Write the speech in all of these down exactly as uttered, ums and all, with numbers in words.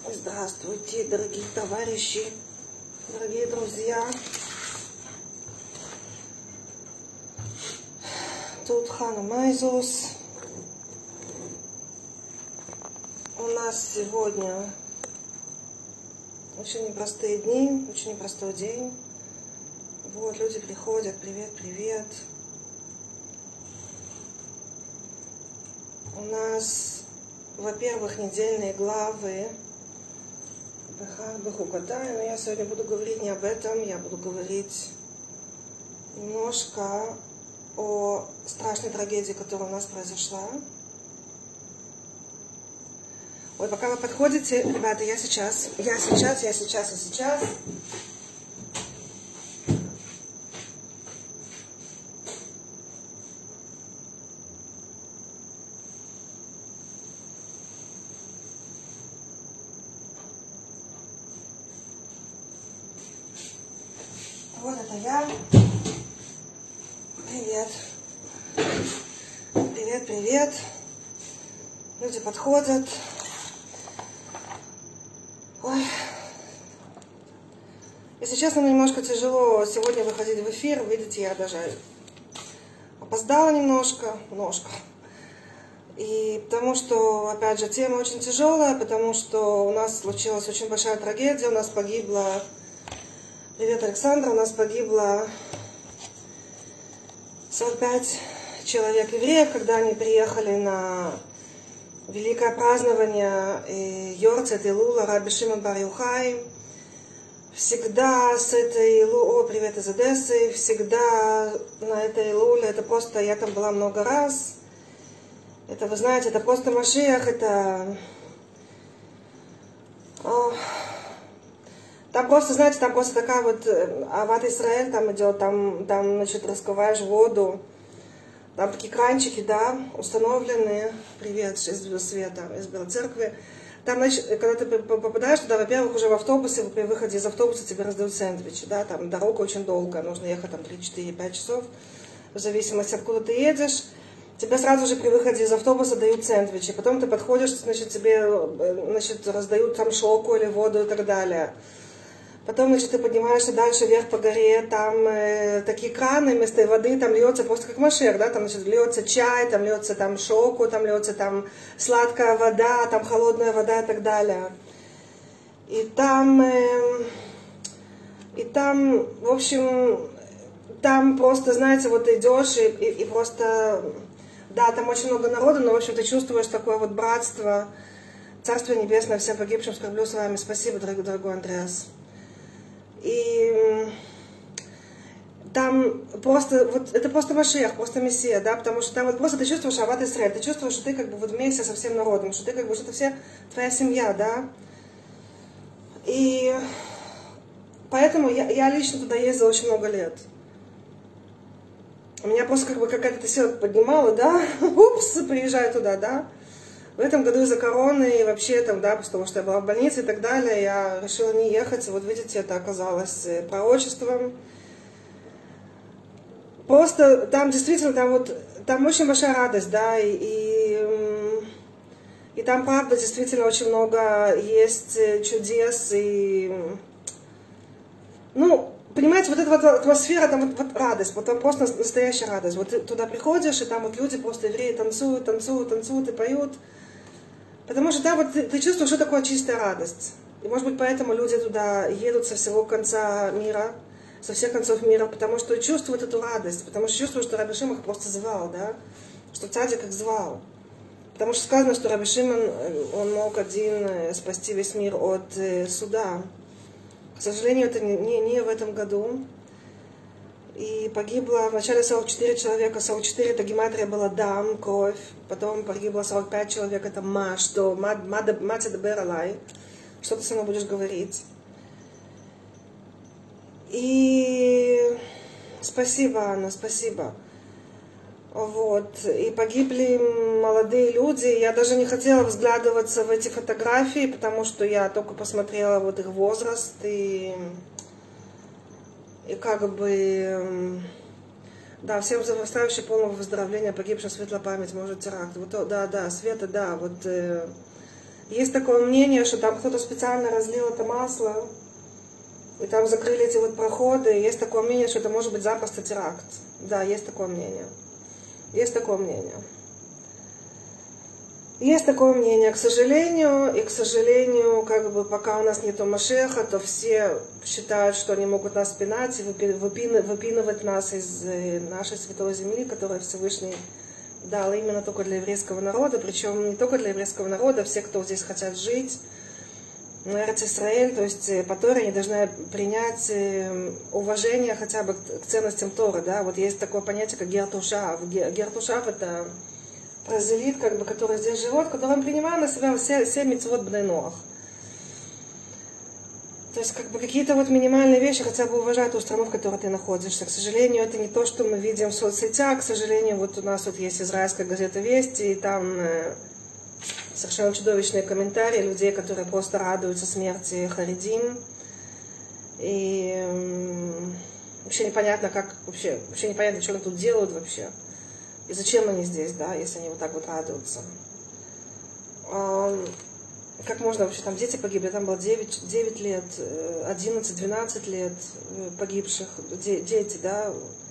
Здравствуйте, дорогие товарищи, дорогие друзья. Тут Хана Майзус. У нас сегодня очень непростые дни, очень непростой день. Вот, люди приходят, привет, привет. У нас, во-первых, недельные главы. Но я сегодня буду говорить не об этом, я буду говорить немножко о страшной трагедии, которая у нас произошла. Ой, пока вы подходите, ребята, я сейчас, я сейчас, я сейчас, я сейчас. Вот это я. Привет. Привет, привет. Люди подходят. Ой. Если честно, мне немножко тяжело сегодня выходить в эфир. Видите, я даже опоздала немножко, ножка. И потому что, опять же, тема очень тяжелая, потому что у нас случилась очень большая трагедия. У нас погибло... Привет, Александра. У нас погибло сорок пять человек евреев, когда они приехали на великое празднование Йорцет Илула Раби Шимон бар Йохай. Всегда с этой Илулой, о, привет из Одессы, всегда на этой Илуле, это просто, я там была много раз. Это, вы знаете, это просто Машиах, это... О, там просто, знаете, там просто такая вот Ават Исраэль там идет, там, там, значит, раскрываешь воду. Там такие кранчики, да, установлены. Привет из Света, из Белой Церкви. Там, значит, когда ты попадаешь туда, во-первых, уже в автобусе, при выходе из автобуса тебе раздают сэндвичи, да, там дорога очень долгая, нужно ехать там три-четыре-пять часов, в зависимости, откуда ты едешь. Тебе сразу же при выходе из автобуса дают сэндвичи. Потом ты подходишь, значит, тебе, значит, раздают там шоку или воду и так далее. Потом, значит, ты поднимаешься дальше вверх по горе, там э, такие краны вместо воды, там льется просто как машер, да, там, значит, льется чай, там льется там шоку, там льется там сладкая вода, там холодная вода и так далее. И там, э, и там, в общем, там просто, знаете, вот идешь и, и, и просто, да, там очень много народу, но, в общем, ты чувствуешь такое вот братство. Царствие Небесное всем погибшим, скорблю с вами. Спасибо, дорогой, дорогой Андреас. И там просто, вот это просто Машиах, просто Мессия, да, потому что там вот просто ты чувствуешь Ават Исраэль, ты чувствуешь, что ты как бы вот вместе со всем народом, что ты как бы, что это все твоя семья, да. И поэтому я, я лично туда ездила очень много лет. Меня просто как бы какая-то сила поднимала, да, упс, приезжаю туда, да. В этом году из-за короны и вообще там, да, потому что я была в больнице и так далее, я решила не ехать. Вот видите, это оказалось пророчеством. Просто там действительно, там вот, там очень большая радость, да, и, и, и там правда действительно очень много есть чудес и, ну, понимаете, вот эта вот атмосфера, там вот, вот радость, вот там просто настоящая радость. Вот ты туда приходишь, и там вот люди просто евреи танцуют, танцуют, танцуют и поют. Потому что, да, вот ты, ты чувствуешь, что такое чистая радость. И, может быть, поэтому люди туда едут со всего конца мира, со всех концов мира, потому что чувствуют эту радость, потому что чувствуют, что Раби Шимон их просто звал, да, что цадик их звал. Потому что сказано, что Раби Шимон, он мог один спасти весь мир от суда. К сожалению, это не, не, не в этом году. И погибло вначале сорок четыре человека, сорок четыре это гематрия была дам, кровь, потом погибло сорок пять человек, это ма, что мать это бералай, что ты со мной будешь говорить. И спасибо, Анна, спасибо. Вот, и погибли молодые люди, я даже не хотела взглядываться в эти фотографии, потому что я только посмотрела вот их возраст и... И как бы, да, всем возрастающим полного выздоровления, погибшим, светлая память, может, теракт. Вот, да, да, Света, да, вот, э, Есть такое мнение, что там кто-то специально разлил это масло, и там закрыли эти вот проходы. Есть такое мнение, что это может быть запросто теракт. Да, есть такое мнение. Есть такое мнение. Есть такое мнение, к сожалению, и, к сожалению, как бы пока у нас нету Машеха, то все считают, что они могут нас пинать и выпинывать нас из нашей святой земли, которую Всевышний дал именно только для еврейского народа, причем не только для еврейского народа, все, кто здесь хотят жить, Эрец Исраэль, то есть по Торе они должны принять уважение хотя бы к ценностям Торы, да, вот есть такое понятие, как гертушав. Гертушав — это прозелит, как бы, который здесь живет, который принимает на себя все, все мицвот бней Ноах. То есть, как бы, какие-то вот минимальные вещи хотя бы уважают ту страну, в которой ты находишься. К сожалению, это не то, что мы видим в соцсетях. К сожалению, вот у нас вот есть израильская газета «Вести», и там э, совершенно чудовищные комментарии людей, которые просто радуются смерти харидим. И э, вообще непонятно, как, вообще, вообще непонятно, что они тут делают вообще. И зачем они здесь, да, если они вот так вот радуются. Как можно вообще, там дети погибли, там было девять, девять лет, одиннадцать-двенадцать лет погибших, де, дети, да.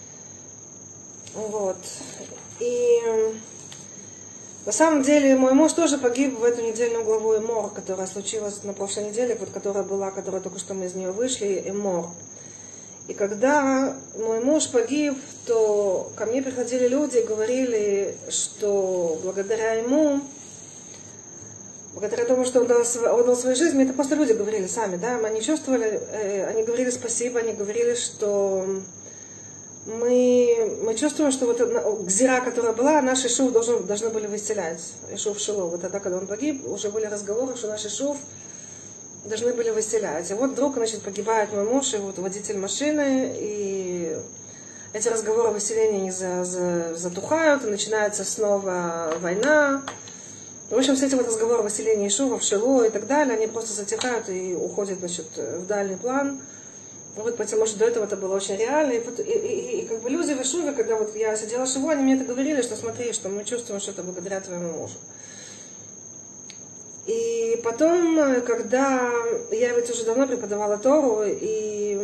Вот. И на самом деле мой муж тоже погиб в эту недельную главу Эмор, которая случилась на прошлой неделе, вот которая была, которая только что мы из нее вышли, Эмор. И когда мой муж погиб, то ко мне приходили люди и говорили, что благодаря ему, благодаря тому, что он дал, отдал свою жизнь, это просто люди говорили сами, да, они чувствовали, они говорили спасибо, они говорили, что мы, мы чувствуем, что вот гзира, которая была, наш Ишув должен, должны были выселять, Ишув Шило. Вот тогда, когда он погиб, уже были разговоры, что наш Ишув должны были выселять. И вот вдруг, значит, погибает мой муж, и вот водитель машины, и эти разговоры о выселении не за, за, затухают, и начинается снова война. В общем, все эти вот разговоры о выселении Ишува в Шило и так далее, они просто затихают и уходят, значит, в дальний план. Вот, потому что до этого это было очень реально. И, и, и, и как бы люди в Ишуве, когда вот я сидела в Шиву, они мне это говорили, что смотри, что мы чувствуем, что это благодаря твоему мужу. И потом, когда я ведь уже давно преподавала Тору, и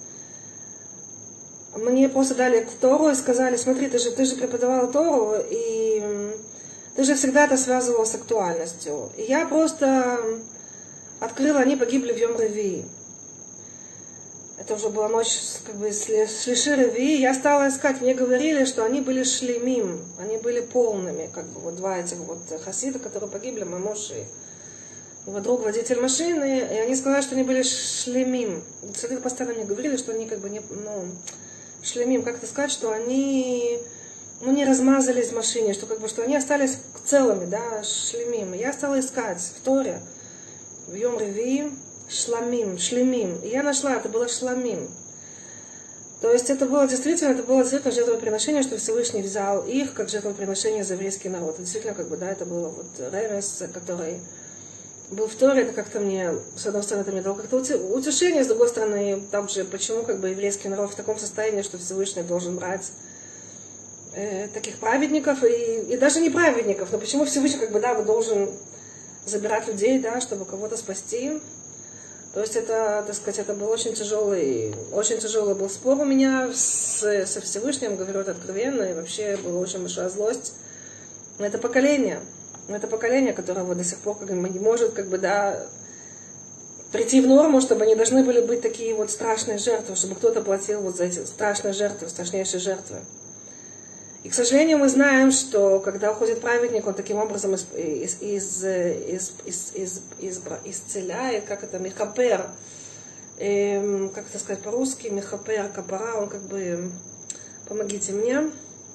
мне просто дали Тору и сказали, смотри, ты же, ты же преподавала Тору, и ты же всегда это связывала с актуальностью. И я просто открыла, они погибли в Йом Ревии. Это уже была ночь, как бы, Шлиши Ревии. Я стала искать, мне говорили, что они были шлемим, они были полными, как бы, вот два этих вот хасида, которые погибли, мой муж и его друг, водитель машины, и они сказали, что они были шлемим. Цари постоянно мне говорили, что они как бы не, ну, шлемим, как это сказать, что они, ну, не размазались в машине, что как бы, что они остались целыми, да, шлемим. Я стала искать в Торе, в Йом Ревии, шламим, шлемим. И я нашла, это было шламим. То есть это было действительно, это было действительно жертвоприношение, что Всевышний взял их как жертвоприношение за еврейский народ. И действительно, как бы, да, это было вот ремес, который был в Торе, это как-то мне, с одной стороны, это мне дало как-то утешение, с другой стороны, там же, почему как бы еврейский народ в таком состоянии, что Всевышний должен брать э, таких праведников, и, и даже не праведников, но почему Всевышний, как бы, да, должен забирать людей, да, чтобы кого-то спасти. То есть это, так сказать, это был очень тяжелый, очень тяжелый был спор у меня с, со Всевышним, говорю это откровенно, и вообще была очень большая злость на это поколение. Это поколение, которое вот до сих пор как бы не может, как бы, да, прийти в норму, чтобы они должны были быть такие вот страшные жертвы, чтобы кто-то платил вот за эти страшные жертвы, страшнейшие жертвы. И, к сожалению, мы знаем, что когда уходит праведник, он таким образом из, из, из, из, из, из, из, исцеляет, как это, михапер, эм, как это сказать по-русски, михапер, капара, он как бы, помогите мне,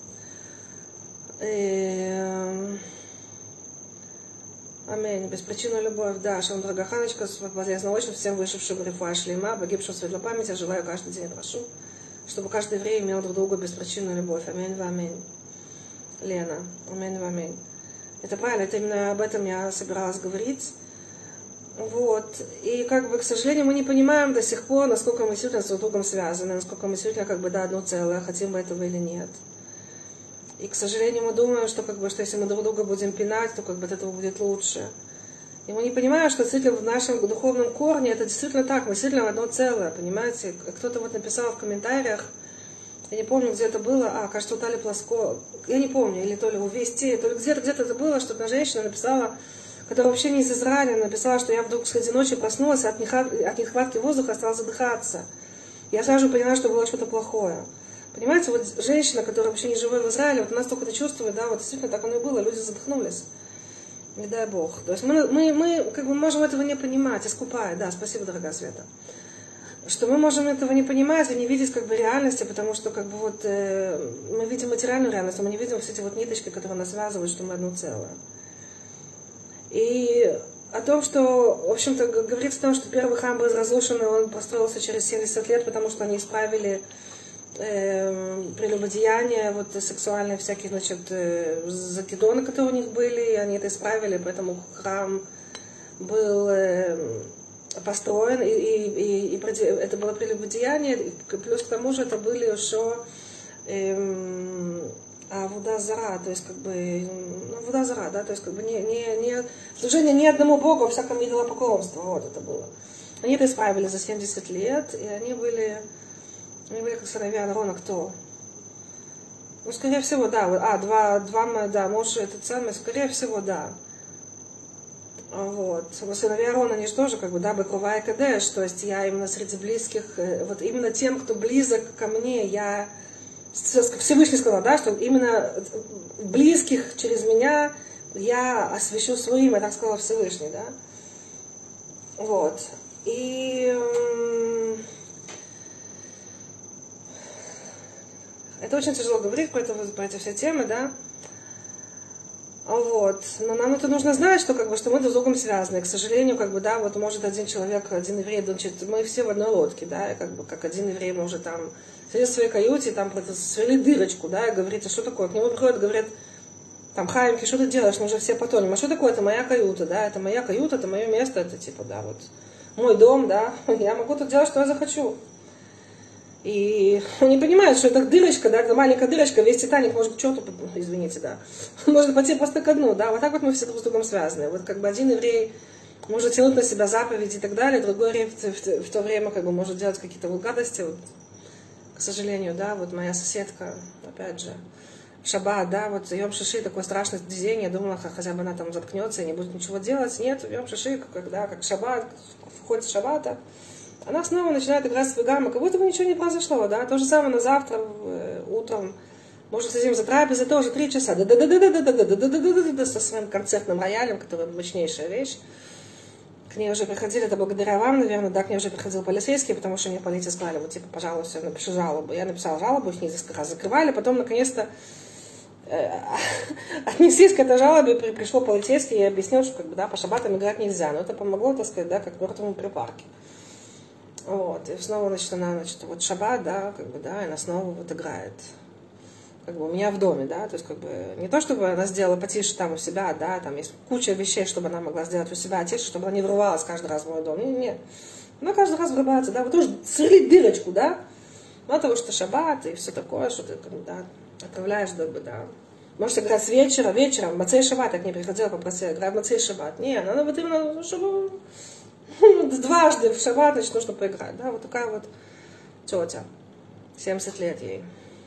эм, аминь. Беспричинную любовь, да, Шалом, дорогая Ханочка, полезно-очень всем вышедшим рифуа шлейма, погибшим светлой памяти, желаю каждый день, прошу, чтобы каждый еврей имел друг другу беспричинную любовь. Аминь, ва аминь. Лена, аминь, ва аминь. Это правильно, это именно об этом я собиралась говорить. Вот. И, как бы, к сожалению, мы не понимаем до сих пор, насколько мы действительно с друг другом связаны, насколько мы действительно, как бы, да, одно целое, хотим мы этого или нет. И, к сожалению, мы думаем, что, как бы, что если мы друг друга будем пинать, то, как бы, от этого будет лучше. И мы не понимаем, что действительно в нашем духовном корне это действительно так, мы действительно одно целое, понимаете? Кто-то вот написал в комментариях, я не помню, где это было, а, кажется, у Тали Плоско, я не помню, или то ли у Вести, то ли где-то где-то это было, что одна женщина написала, которая вообще не из Израиля, написала, что я вдруг среди ночи проснулась, от нехватки, от нехватки воздуха стала задыхаться. Я сразу же поняла, что было что-то плохое. Понимаете, вот женщина, которая вообще не живет в Израиле, вот у нас только это чувствует, да, вот действительно так оно и было, люди задохнулись. Не дай Бог. То есть мы, мы, мы как бы можем этого не понимать, искупая, да, спасибо, дорогая Света. Что мы можем этого не понимать и не видеть как бы реальности, потому что как бы вот э, мы видим материальную реальность, но мы не видим все эти вот ниточки, которые нас связывают, что мы одно целое. И о том, что, в общем-то, говорится о том, что первый храм был разрушен, и он построился через семьдесят лет, потому что они исправили э, прелюбодеяния, вот сексуальные всякие, значит, э, закидоны, которые у них были, и они это исправили, поэтому храм был э, построен, и, и, и, и это было прелюбодеяние, и плюс к тому же это были еще э, а вода зара, то есть как бы, ну, вода зара, да, то есть как бы не, не, не служение ни одному Богу, а всякому идолопоклонству, вот это было. Они это исправили за семьдесят лет, и они были, они были как сыновья Аарона, кто? Ну, скорее всего, да, а, два, два, да, может, этот самый, скорее всего, да. Вот. Сыновья Аарона, они же тоже, как бы, да, Бекрува и Кадеш, то есть я именно среди близких, вот именно тем, кто близок ко мне, я Всевышний сказал, да, что именно близких через меня я освящу свое имя, так сказал Всевышний, да. Вот. И это очень тяжело говорить про, это, про эти все темы, да. Вот. Но нам это нужно знать, что, как бы, что мы друг с другом связаны. И, к сожалению, как бы, да, вот может один человек, один еврей, значит, мы все в одной лодке, да, и как бы как один еврей может там сидеть в своей каюте, там сверлить дырочку, да, и говорит, а что такое? К нему приходят, говорят, там, Хаимки, что ты делаешь? Мы уже все потонем. А что такое? Это моя каюта, да, это моя каюта, это мое место, это типа, да, вот мой дом, да, я могу тут делать, что я захочу. И он не понимает, что это дырочка, да, это маленькая дырочка, весь Титаник может к черту, извините, да, может пойти просто ко дну, да, вот так вот мы все друг с другом связаны. Вот как бы один еврей может тянуть на себя заповеди и так далее, другой еврей в, в, в то время как бы может делать какие-то гадости, вот, к сожалению, да, вот моя соседка, опять же, Шаббат, да, вот Йом Шиши, такой страшный день, я думала, хотя бы она там заткнется и не будет ничего делать, нет, Йом Шиши, когда, как Шаббат, вход с Шаббата, она снова начинает играть в свою гамму, как будто бы ничего не произошло, да, то же самое на завтра, утром, может, сидим за трапезой, тоже три часа, да-да-да-да-да-да-да-да-да-да-да-да, со своим концертным роялем, который мощнейшая вещь. К ней уже приходили, это благодаря вам, наверное, да, к ней уже приходил полицейский, потому что мне полиция сказали, вот, типа, пожалуйста, напиши жалобу. Я написала жалобу, их несколько раз закрывали, потом, наконец-то, э, отнеслись к этой жалобе, пришло полицейский и объяснил, что, как бы, да, по шаббатам играть нельзя, но это помогло, так сказать, да, как в мертвому припарке. Вот, и снова, значит, она, значит, вот шаббат, да, как бы, да, и она снова вот играет. Как бы у меня в доме, да, то есть как бы не то, чтобы она сделала потише там у себя, да, там есть куча вещей, чтобы она могла сделать у себя тише, чтобы она не врывалась каждый раз в мой дом. Нет, нет. Она каждый раз врывается, да, вот тоже сверлить дырочку, да, мало того, что шаббат и все такое, что ты, да, отправляешь, как бы, да. Можешь играть с вечера, вечером, Мацей шаббат, я к ней приходила, попросила, играть в Мацей шаббат. Нет, она вот именно, чтобы дважды в шаббат, значит, нужно поиграть, да, вот такая вот тетя, семьдесят лет ей.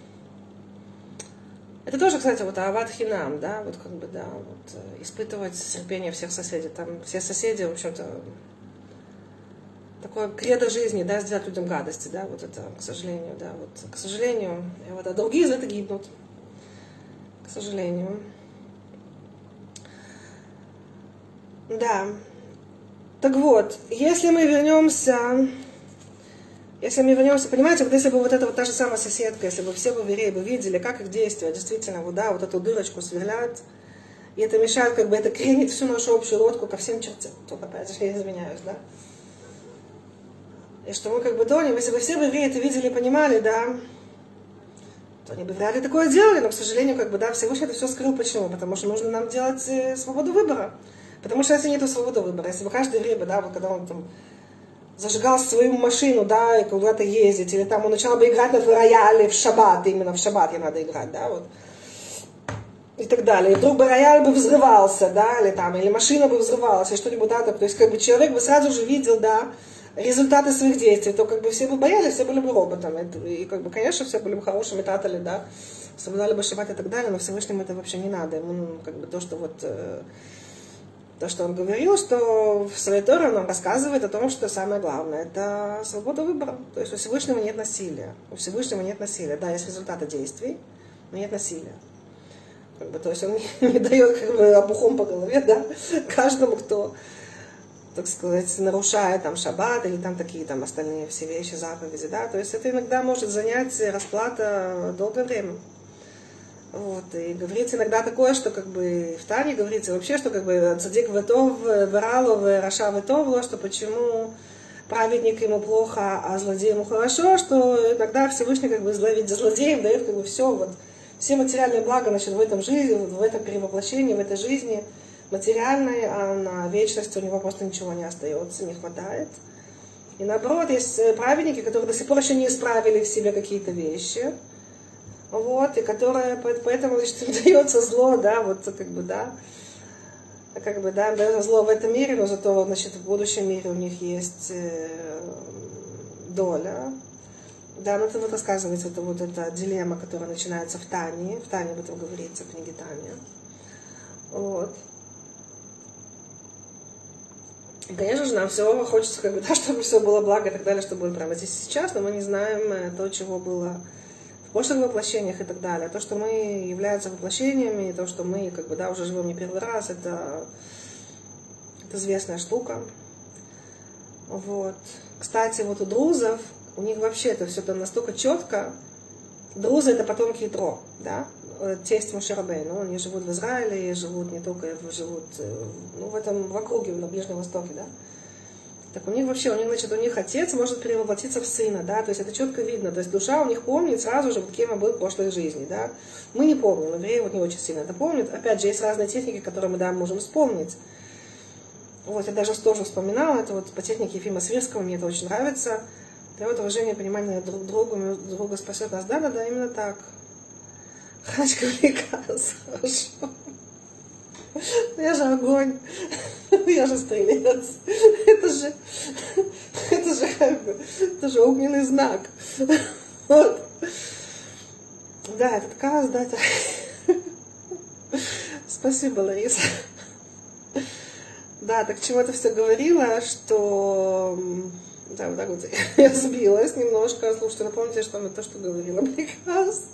Это тоже, кстати, вот ават хинам, да, вот как бы, да, вот испытывать терпение всех соседей. Там все соседи, в общем-то, такое кредо жизни, да, сделать людям гадости, да, вот это, к сожалению, да, вот, к сожалению, и вот, а другие за это гибнут, к сожалению. Да. Так вот, если мы вернемся... Если мы вернемся, понимаете, вот если бы вот эта вот та же самая соседка, если бы все бы евреи бы видели, как их действия действительно, вот, да, вот эту дырочку сверлят, и это мешает, как бы это кренит всю нашу общую лодку ко всем чертям, только опять же, я извиняюсь, да. И что мы как бы тонем, если бы все бы евреи это видели и понимали, да, то они бы вряд ли такое делали, но, к сожалению, как бы, да, Всевышний это все скрыл. Почему? Потому что нужно нам делать э, свободу выбора. Потому что если нет свободы выбора, если бы каждый еврей, да, вот когда он там зажигал свою машину, да, и куда-то ездить, или там он начал бы играть на рояле в шаббат, именно в шаббат ей надо играть, да, вот. и так далее. И вдруг бы рояль бы взрывался, да, или там, или машина бы взрывалась, или что-нибудь, да, так, то есть, как бы, человек бы сразу же видел, да, результаты своих действий, то, как бы, все бы боялись, все были бы роботами, и, как бы, конечно, все были бы хорошими татали, да, соблюдали бы шаббат и так далее, но Всевышнему это вообще не надо, ему, ну, как бы, то, что вот, э, то, что он говорил, что в своей Торе он нам рассказывает о том, что самое главное, это свобода выбора, то есть у Всевышнего нет насилия, у Всевышнего нет насилия, да, есть результаты действий, но нет насилия. Как бы, то есть он не, не дает как бы обухом по голове, да, каждому, кто, так сказать, нарушает там шаббат или там такие там остальные все вещи, заповеди, да, то есть это иногда может занять расплата долгое время. Вот, и говорится иногда такое, что как бы в Тане говорится вообще, что как бы цадик ветов, вералов, раша ветов, что почему праведник ему плохо, а злодей ему хорошо, что иногда Всевышний как бы зловить за злодеем дает как бы все, вот, все материальные блага, значит, в этом жизни, в этом перевоплощении, в этой жизни материальной, а на вечность у него просто ничего не остается, не хватает. И наоборот, есть праведники, которые до сих пор еще не исправили в себе какие-то вещи, вот, и которые, поэтому, значит, им дается зло, да, вот, как бы, да, как бы, да, дается зло в этом мире, но зато, значит, в будущем мире у них есть э, доля. Да, но это вот рассказывается, это вот эта дилемма, которая начинается в Тане, в Тане об этом говорится, в книге Таня. Вот. И, конечно же, нам все хочется, как бы, да, чтобы все было благо и так далее, чтобы было прямо здесь и сейчас, но мы не знаем то, чего было в прошлых воплощениях и так далее. То, что мы являемся воплощениями, и то, что мы, как бы, да, уже живем не первый раз, это, это известная штука. Вот. Кстати, вот у друзов, у них вообще это все там настолько четко. Друзы — это потомки Итро, да, тесть Моше Рабейну. Они живут в Израиле, живут не только, живут, ну, в этом, в округе, на Ближнем Востоке, да. Так у них вообще, у них, значит, у них отец может перевоплотиться в сына, да, то есть это четко видно, то есть душа у них помнит сразу же, вот кем он был в прошлой жизни, да. Мы не помним, евреи вот не очень сильно это помнят. Опять же, есть разные техники, которые мы, да, можем вспомнить. Вот, я даже тоже вспоминала, это вот по технике Ефима Свирского, мне это очень нравится. И вот уважение, понимание друг другу, друга спасет нас, да, да, да, именно так. Хачка приказ, хорошо. Я же огонь, я же стрелец. Это же, это же, это же огненный знак. Вот. Да, этот каз, да, это... Спасибо, Лариса. Да, так чего-то все говорила, что... Да, вот так вот я сбилась немножко. Слушайте, напомните, что то, что говорила. Приказ.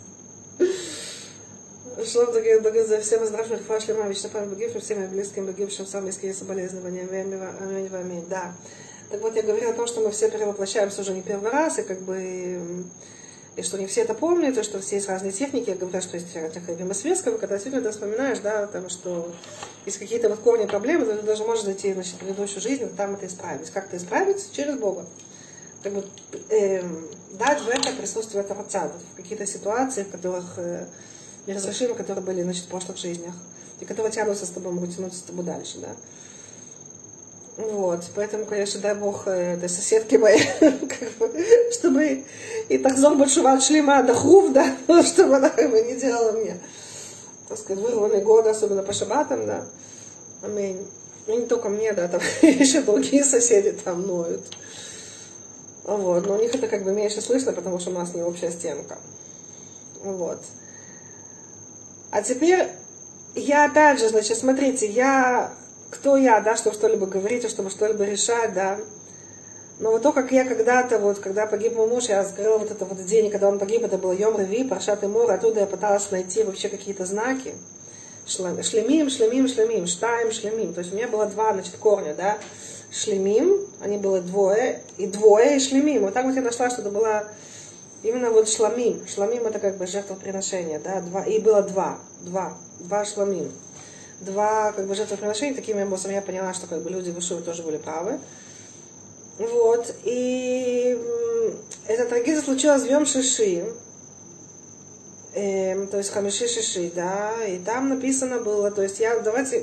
Шлом за всем здравствуйте, Фашли Мавич, на память погибшим, всем моим близким погибшим, самые близкие соболезнования. Аминь, аминь. Да. Так вот, я говорила о том, что мы все перевоплощаемся уже не первый раз, и как бы... И что не все это помнят, и что все есть разные техники. Я говорю, что есть Ефима Свирского, когда действительно ты вспоминаешь, да, там, что есть какие-то вот корни проблемы, то ты даже можешь зайти, значит, в предыдущую жизнь, и там это исправить. Как это исправить? Через Бога. Как бы, э, дать в это присутствие Творца, вот, в какие-то ситуации, в которых э, неразрешимы, которые были, значит, в прошлых жизнях, и которые тянутся с тобой, могут тянуться с тобой дальше, да. Вот, поэтому, конечно, дай Бог этой соседке моей, как бы, чтобы и Тахзор Батшува Шлима Дахрув, да, чтобы она как бы не делала мне, так сказать, вырванные годы, особенно по шаббатам, да. Аминь. Ну, не только мне, да, там еще другие соседи там ноют. Вот, но у них это как бы меньше слышно, потому что у нас не общая стенка. Вот. А теперь я опять же, значит, смотрите, я... Кто я, да, чтобы что-либо говорить, чтобы что-либо решать, да. Но вот то, как я когда-то, вот, когда погиб мой муж, я открыла вот это вот день, когда он погиб, это был Йом Реви, Паршат Эмор, оттуда я пыталась найти вообще какие-то знаки. Шлемим, шлемим, шлемим, штаем, шлемим. То есть у меня было два, значит, корня, да. Шлемим, они было двое, и двое, и шлемим. Вот так вот я нашла, что это было именно вот шламим. Шламим это как бы жертвоприношение, да, два, и было два, два, два шламим. Два как бы жертвоприношения, такими образом я поняла, что как бы люди в Ишуре тоже были правы. Вот. И эта трагедия случилась в Йом Шиши, э, то есть Хамиши Шиши, да, и там написано было, то есть я, давайте,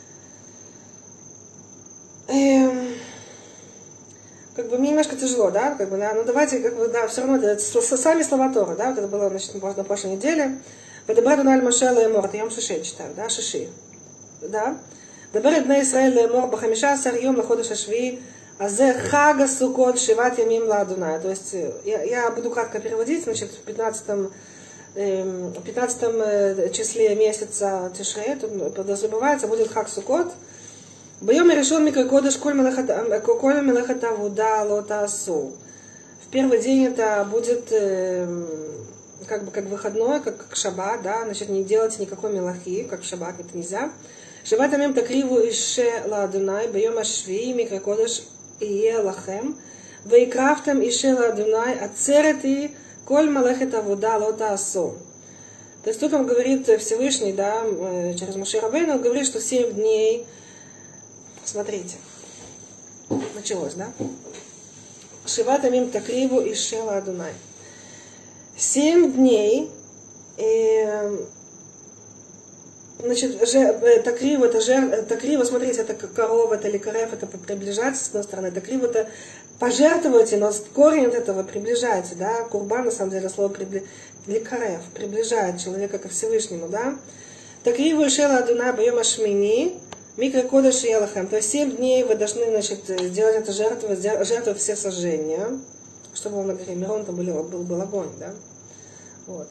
э, как бы мне немножко тяжело, да, как бы, да, ну давайте, как бы, да, все равно, это сами слова Торы, да, вот это было, значит, на прошлой неделе. Вадабар Адонай аль Моше леэмор, это Йом Шиши читаю, да, Шиши, да. Вадабар Бней Исраэль леэмор бахамиша асар йом лаходеш ашвии, азе хага сукот шиват ямим ла Адонай. То есть я, я буду кратко переводить, значит, в пятнадцатом, э, пятнадцатом числе месяца Тишрей, тут подразумевается, будет хаг сукот. Бьем решил микрокодыш коль мелехат авуда лота асу. В первый день это будет э, как бы как выходной, как, как шаббат, да, значит, не делать никакой мелахи, как в шаббат, это нельзя. Шаббат амим такриву ише ла Адонай, бьем ашви микрокодыш ие лахем, вейкрафтам ише ла Адонай, ацерети коль мелехат авуда лота асу. То есть тут он говорит Всевышний, да, через Моше Рабейну, он говорит, что семь дней. Смотрите, началось, да? Шиват амим такриву и шела Адонай. Семь дней, э, значит, же, такриву, это жертва, такриву, смотрите, это корова, это ликарев, это приближаться с одной стороны, такриву это пожертвуйте, но корень от этого приближается, да? Курбан, на самом деле, слово прибли... ликарев, приближает человека ко Всевышнему, да? Такриву и шела Адонай бьем ашмини. Микрокодыш и Аллахам. То есть семь дней вы должны, значит, сделать это жертву, жертву все сожжения. Что было на горе Мирон, там был, был, был огонь, да? Вот.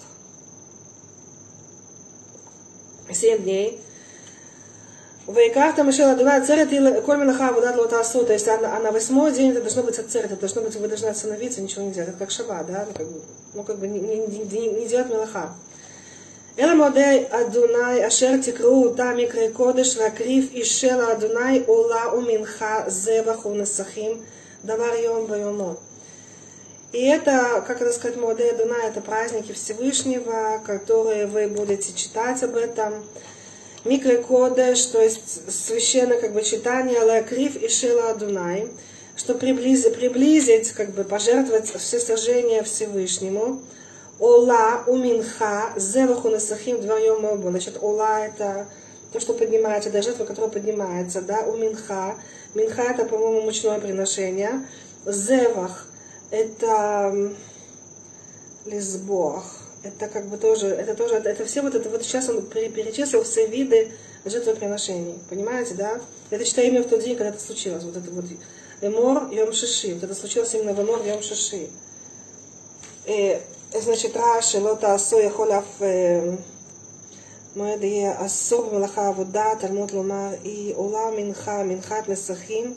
Семь дней. Вейкарта Мишела Адонай церет и коль мелаха водат лота асу. То есть а на, а на восьмой день это должно быть отцерет, это должно быть, вы должны остановиться, ничего не делать. Это как шаббат, да? Ну, как бы, ну, как бы не, не, не, не делать мелаха. אלא מודה אדוני אשר תקראו אותה מקראי קודש להקריב אישה לאדוני עולה ומנחה זבח ונסכים דבר יום ביומו. И это, как это сказать, Модей Адонай, это праздники Всевышнего, которые вы будете читать об этом. Микрей Кодеш, то есть священное как бы читание Леакрив и Шела Адонай, что приблизить, приблизить, как бы пожертвовать все сожжения Всевышнему. Ола уминха зеваху насахим двоем обу. Значит, ола это то, что поднимается, да, жертва, которая поднимается, да, уминха. Минха это, по-моему, мучное приношение. Зевах это лизбох. Это как бы тоже, это тоже, это все вот это, вот сейчас он перечислил все виды жертвоприношений. Понимаете, да? Это читаю именно в тот день, когда это случилось. Вот это вот Эмор Йом Шиши. Вот это случилось именно в Эмор Йом Шиши. И значит, Раши, лота асу, яхолав מועד יהיה אסור במלאכה עבודה, תלמוד לומר, היא עולה מנחה, מנחת נסחים,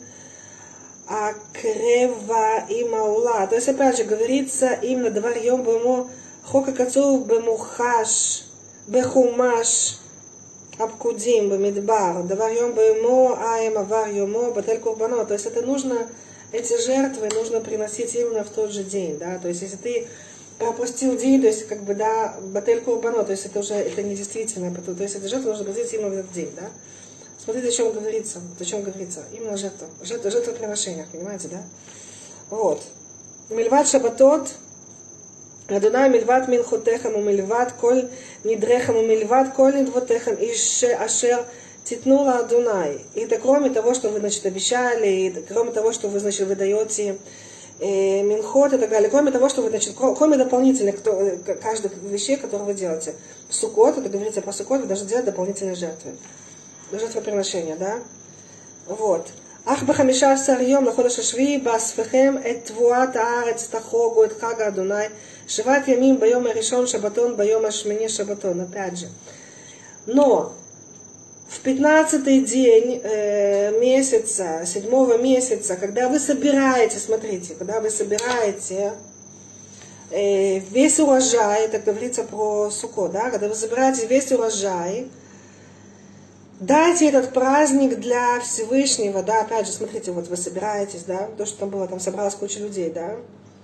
הקרבה עם העולה. То есть, опять же, говорится именно דבר יום במו, חוק הקצוב במוחש, בחומש, הפקודים, במדבר, דבר יום במו, аем עבר יומו, בטל קורבנות. То есть, это нужно, эти жертвы нужно приносить именно в тот же день, да, то есть, если ты пропустил день, то есть, как бы, да, батель курбано, то есть, это уже, это не действительно, то есть, это жертва нужно приносить именно в этот день, да. Смотрите, о чем говорится, о чем говорится, именно жертва, жертва, жертвоприношение, понимаете, да. Вот. Мильват шабатот, Адонай мильват минхотехам, умильват коль нидрехам, умильват коль нидвотехам, ише ашер титнула Адонай. И это кроме того, что вы, значит, обещали, и кроме того, что вы, значит, выдаете минхот и так далее, кроме того, что вы, значит, кроме дополнительных каждых вещей, которые вы делаете. В Суккот, это говорится про Суккот, вы должны делать дополнительные жертвы. Жертвоприношения, да? Вот. Ах бахамиша сарьем лаходеш ашви басфехем эт твуат аарец тахогу эт хага Адонай шиват ямим байом аришон шабатон байом ашмини шабатон. Опять же. Но в пятнадцатый день э, месяца, седьмого месяца, когда вы собираете, смотрите, когда вы собираете э, весь урожай, так говорится про Суккот, да, когда вы собираете весь урожай, дайте этот праздник для Всевышнего, да, опять же, смотрите, вот вы собираетесь, да, то, что там было, там собралась куча людей, да,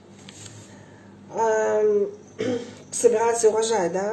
эм, собирается урожай, да,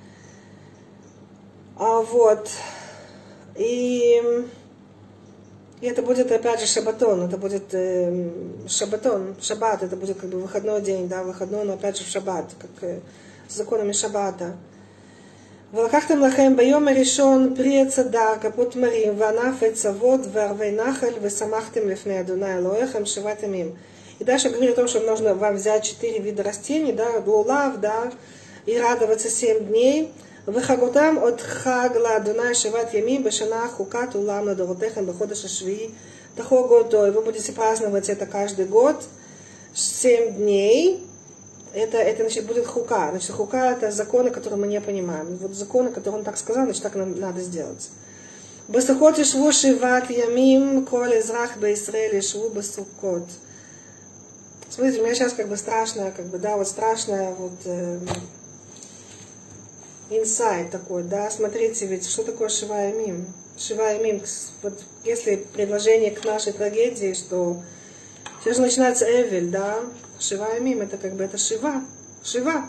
а вот. И, и это будет, опять же, шабатон, это будет э, шабатон, шаббат, это будет как бы выходной день, да, выходной, но опять же в шаббат, как э, с законами шаббата. ולקחתם לכם ביום הראשון פרי עץ הדר, כפות תמרים, וענף עץ אבות, וערבי נחל, ושמחתם לפני אדוני אלוהיכם שבעת ימים. И дальше говорит о том, что нужно вам взять четыре вида растений, да, лулав, да, и радоваться семь дней. וחגותם עוד חג לאדוני שבעת ימים בשנה חукת עולם לדורותיכם בחודש השביעי תחוגו אותו, и вы будете праздновать это каждый год, семь дней. Это, это значит, будет хука. Значит, хука это законы, которые мы не понимаем. Вот законы, которые он так сказал, значит, так нам надо сделать. Басухот ишву шиват ямим, коль израх бе-Исраэль ишву басукот. Смотрите, у меня сейчас как бы страшное, как бы, да, вот страшное вот э, инсайт такой, да. Смотрите, ведь что такое шива ямим? Шива ямим, вот если предложение к нашей трагедии, что сейчас же начинается Эвель, да. Шива ямим, это как бы это шива, шива.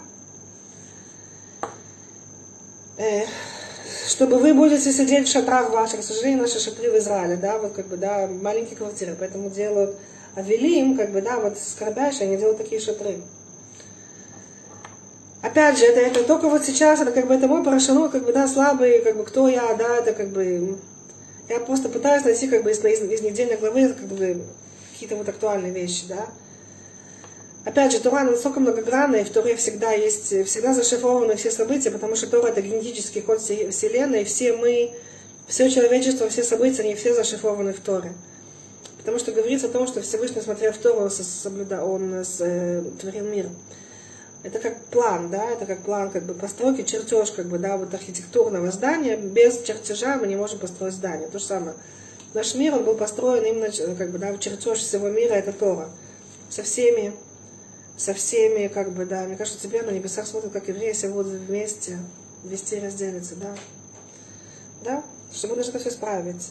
Э, чтобы вы будете сидеть в шатрах ваших, к сожалению, наши шатры в Израиле, да, вот как бы, да, маленькие квартиры, поэтому делают авелим, как бы, да, вот скорбящие, они делают такие шатры. Опять же, это, это только вот сейчас, это как бы, это мой парашануй, как бы, да, слабый, как бы, кто я, да, это как бы, я просто пытаюсь найти, как бы, из, из, из недельной главы, как бы, какие-то вот актуальные вещи, да. Опять же, Тора настолько многогранная, и в Торе всегда есть, всегда зашифрованы все события, потому что Тора это генетический код Вселенной, и все мы, все человечество, все события, они все зашифрованы в Торе. Потому что говорится о том, что Всевышний, смотря в Тору, соблюда, он э, творил мир. Это как план, да, это как план как бы постройки, чертеж, как бы, да, вот архитектурного здания. Без чертежа мы не можем построить здание. То же самое. Наш мир, он был построен именно, как бы, да, чертеж всего мира, это Тора. Со всеми со всеми, как бы, да, мне кажется, теперь на небесах смотрят, как евреи все будут вместе, вести разделиться, да. Да? Что мы должны это все исправить.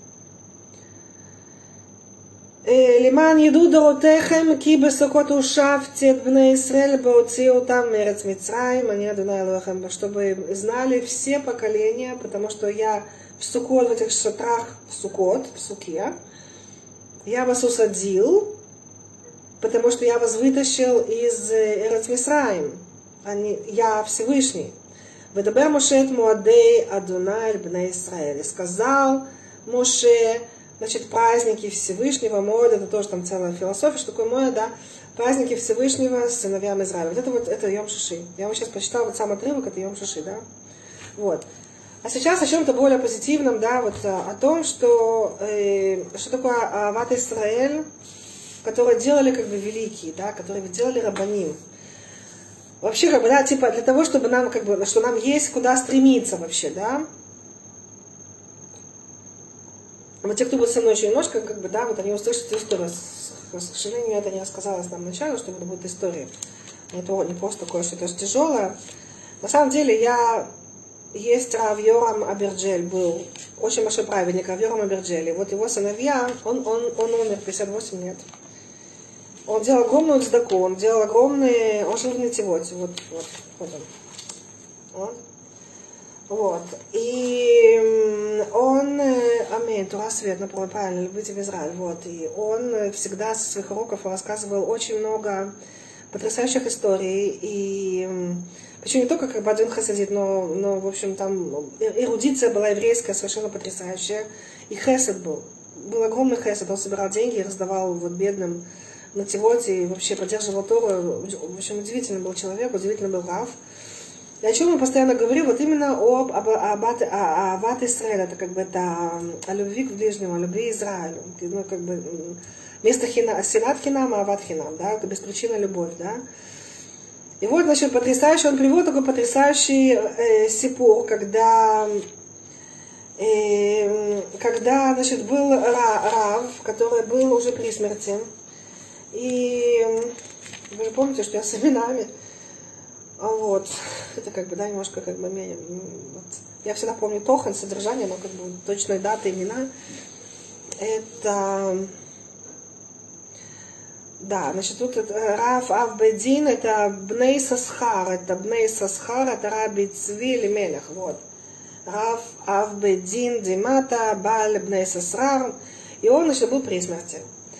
Лиман еду доротехем, ки бесокот ушавте бне Исраэль бауциу там мерец Мицраим, они Адонай Элохем, чтобы знали все поколения, потому что я в Сукот, в этих шатрах, в Сукот, в Суке, я вас усадил, потому что я вас вытащил из Эрец Мицраим. Я Всевышний. Ведабер Моше эт Моадей Адонай бней Исраэль. Сказал Моше, значит, праздники Всевышнего, Моэд, это тоже там целая философия, что такое Моэд, да? Праздники Всевышнего с сыновьями Израиля. Вот это вот, это Йом Шиши. Я вам сейчас прочитала вот сам отрывок, это Йом Шиши, да? Вот. А сейчас о чем-то более позитивном, да, вот о том, что, э, что такое Ават Исраэль, которые делали как бы великие, да, которые делали рабаним. Вообще, как бы, да, типа, для того, чтобы нам, как бы, что нам есть куда стремиться вообще, да. Вот те, кто будет со мной еще немножко, как бы, да, вот они услышат эту историю. К сожалению, это не рассказалось нам вначале, что это будет история. Это не просто такое что-то тяжелое. На самом деле, я... Есть Рав Йорам Аберджель, был очень большой праведник, Рав Йорам Аберджель. Вот его сыновья, он, он, он умер в пятьдесят восемь лет. Он делал огромную цдаку, он делал огромные... Он жил в Нетивоте, вот, вот, вот он. Вот. Вот. И он... Аминь, Тура Свет, например, правильно, любите в Израиль. Вот. И он всегда со своих уроков рассказывал очень много потрясающих историй. И... Причем не только как бы один хасидит, но, но, в общем, там эрудиция была еврейская, совершенно потрясающая. И хесед был. Был огромный хесед, он собирал деньги и раздавал вот бедным на Тивоте, и вообще поддерживал Тору. В общем, удивительный был человек, удивительный был Рав. И о чем он постоянно говорил, вот именно об, об, об, об, о Ават Исраэль, это как бы это о любви к ближнему, о любви к Израилю. Ну, как бы вместо хина, синат хинам, а Ават хинам, да, беспричинная любовь, да. И вот, значит, потрясающий, он привел такой потрясающий э, сипур, когда, э, когда, значит, был Рав, который был уже при смерти. И вы же помните, что я с именами. Вот. Это как бы, да, немножко как бы меня, вот. Я всегда помню тохан, содержание, но как бы точные даты, имена. Это... Да, значит, тут Рав Авбедин, это Бней Сасхар, это Бней Сасхар, это Раби Цви Лемелех, вот. Рав Авбедин Димата, Баль Бней Сасрар, и он, значит, был при смерти.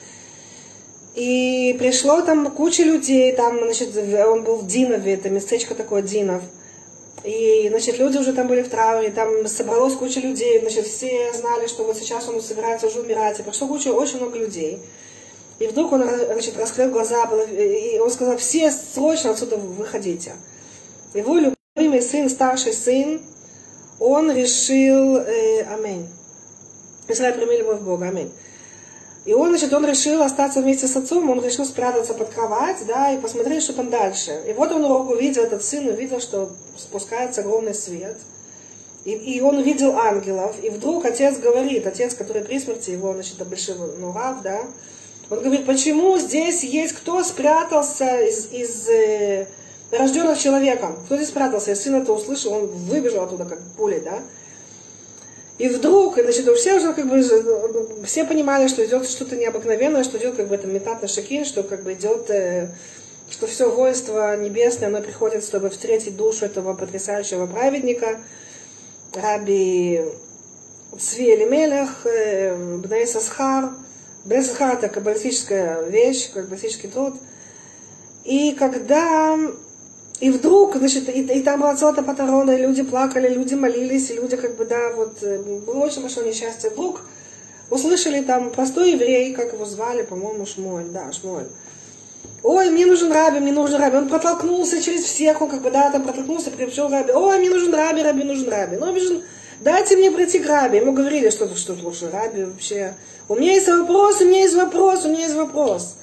И пришло там куча людей, там, значит, он был в Динове, это местечко такое Динов. И, значит, люди уже там были в трауре, там собралось куча людей, значит, все знали, что вот сейчас он собирается уже умирать, и пришло куча, очень много людей. И вдруг он, значит, раскрыл глаза, и он сказал, все срочно отсюда выходите. Его любимый любимый сын, старший сын, он решил, э, аминь. Израиль прими любовь Бога, аминь. И он, значит, он решил остаться вместе с отцом, он решил спрятаться под кровать, да, и посмотреть, что там дальше. И вот он увидел, этот сын увидел, что спускается огромный свет. И, и он увидел ангелов, и вдруг отец говорит, отец, который при смерти, его, значит, большой, ну, рав, да, он говорит, почему здесь есть кто спрятался из, из э, рожденных человеком? Кто здесь спрятался? И сын это услышал, он выбежал оттуда, как пулей, да. И вдруг, значит, все уже как бы, все понимали, что идет что-то необыкновенное, что идет как бы это метат на шекин, что как бы идет, что все воинство небесное, оно приходит, чтобы встретить душу этого потрясающего праведника, раби Цви Элимелех, Бней Сасхар. Бней Сасхар это каббалистическая вещь, каббалистический труд. И когда... И вдруг, значит, и, и там была целая патарона, и люди плакали, люди молились, и люди как бы, да, вот, было очень большое несчастье. Вдруг услышали там простой еврей, как его звали, по-моему, Шмуэль, да, Шмуэль. Ой, мне нужен раби, мне нужен раби. Он протолкнулся через всех, он как бы, да, там протолкнулся, пришел раби. Ой, мне нужен раби, раби, нужен раби. Ну, нужен, дайте мне прийти к раби. Ему говорили, что что лучше раби вообще. У меня есть вопрос, у меня есть вопрос, у меня есть вопрос.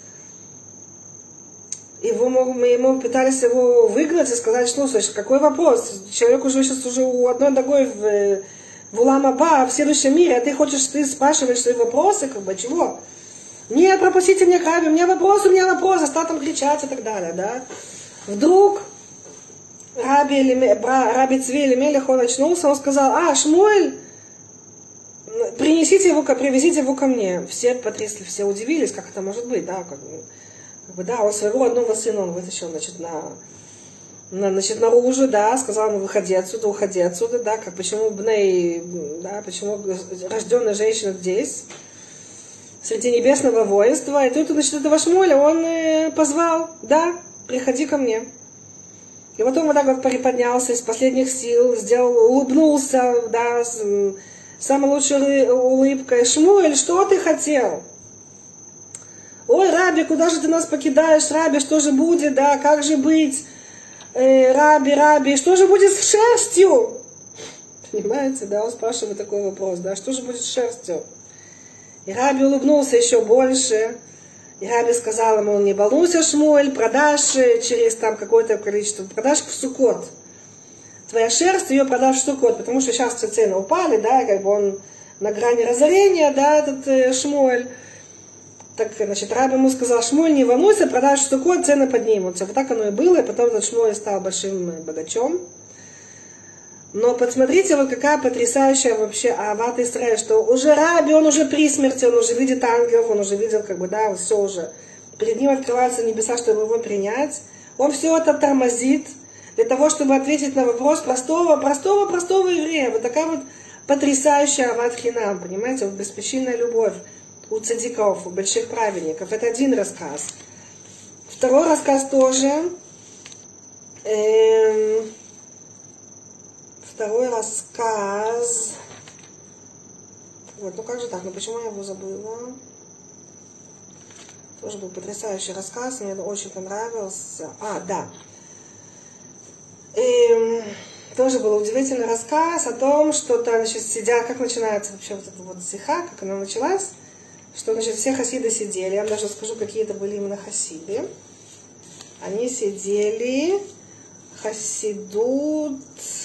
Его, мы ему пытались его выгнать и сказать, что, слушай, какой вопрос? Человек уже сейчас уже у одной ногой в, в Улам-Аба, в следующем мире, а ты хочешь, ты спрашиваешь свои вопросы, как бы, чего? Нет, пропустите мне к раби, у меня вопрос, у меня вопрос, а стал там кричать и так далее, да. Вдруг раби, раби Цви Элимелех, он очнулся, он сказал, а, Шмуэль, принесите его, привезите его ко мне. Все потрясли, все удивились, как это может быть, да, как бы. Как бы, да, он своего одного сына он вытащил, значит, на, на, значит, наружу, да, сказал ему, выходи отсюда, уходи отсюда, да, как, почему Бней, да, почему рожденная женщина здесь, среди небесного воинства, и тут, значит, этого Шмуэля он э, позвал, да, приходи ко мне. И вот он вот так вот приподнялся из последних сил, сделал, улыбнулся, да, с самой лучшей улыбкой. Шмуэль, что ты хотел? Ой, раби, куда же ты нас покидаешь, раби, что же будет, да, как же быть, э, раби, раби, что же будет с шерстью? Понимаете, да, он спрашивает такой вопрос, да, что же будет с шерстью? И раби улыбнулся еще больше, и раби сказал ему, не волнуйся, Шмуэль, продашь через там какое-то количество, продашь в Суккот. Твоя шерсть, ее продашь в Суккот, потому что сейчас все цены упали, да, как бы он на грани разорения, да, этот э, Шмуэль. Так, значит, раби ему сказал, Шмуэль, не волнуйся, продашь Суккот, цены поднимутся. Вот так оно и было, и потом этот Шмуэль стал большим богачом. Но посмотрите, вот какая потрясающая вообще Ават Исраэль, что уже раби, он уже при смерти, он уже видит ангелов, он уже видел, как бы, да, все уже. Перед ним открываются небеса, чтобы его принять. Он все это тормозит для того, чтобы ответить на вопрос простого, простого, простого еврея. Вот такая вот потрясающая Ават Хинам, понимаете, вот беспричинная любовь у цадиков, у больших праведников. Это один рассказ. Второй рассказ тоже. Эм, второй рассказ. Вот, ну как же так? Ну почему я его забыла? Тоже был потрясающий рассказ, мне очень понравился. А, да. Эм, тоже был удивительный рассказ о том, что там, значит, сидят, как начинается вообще вот эта вот сиха, как она началась. Что, значит, все хасиды сидели, я вам даже скажу, какие это были именно хасиды. Они сидели, хасидут,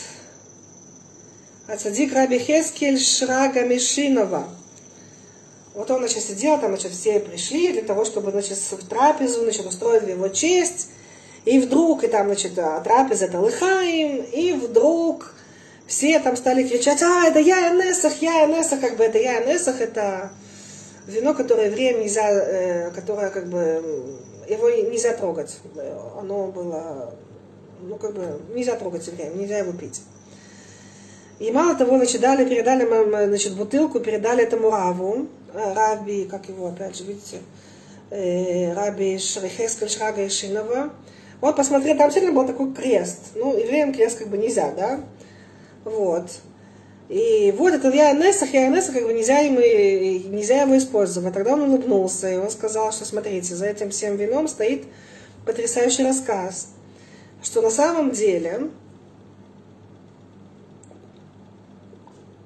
ацадик Раби Хескель Шрага Мишинова. Вот он, значит, сидел, там, значит, все пришли для того, чтобы, значит, в трапезу, значит, устроить в его честь. И вдруг, и там, значит, трапеза это лыхаим, и вдруг все там стали кричать, а, это я Несах, я Несах, как бы это я Несах, это вино, которое евреям нельзя, э, которое как бы, его нельзя трогать. Оно было, ну как бы, нельзя трогать евреям, нельзя его пить. И мало того, значит, дали, передали, значит, бутылку, передали этому раву, раби, как его, опять же, видите, э, раби Хескель Шрага Ишинова. Он посмотрел, там действительно был такой крест. Ну, евреям крест как бы нельзя, да? Вот. И вот это я Несах, я Несах, как бы нельзя, ему, нельзя его использовать. Тогда он улыбнулся, и он сказал, что смотрите, за этим всем вином стоит потрясающий рассказ, что на самом деле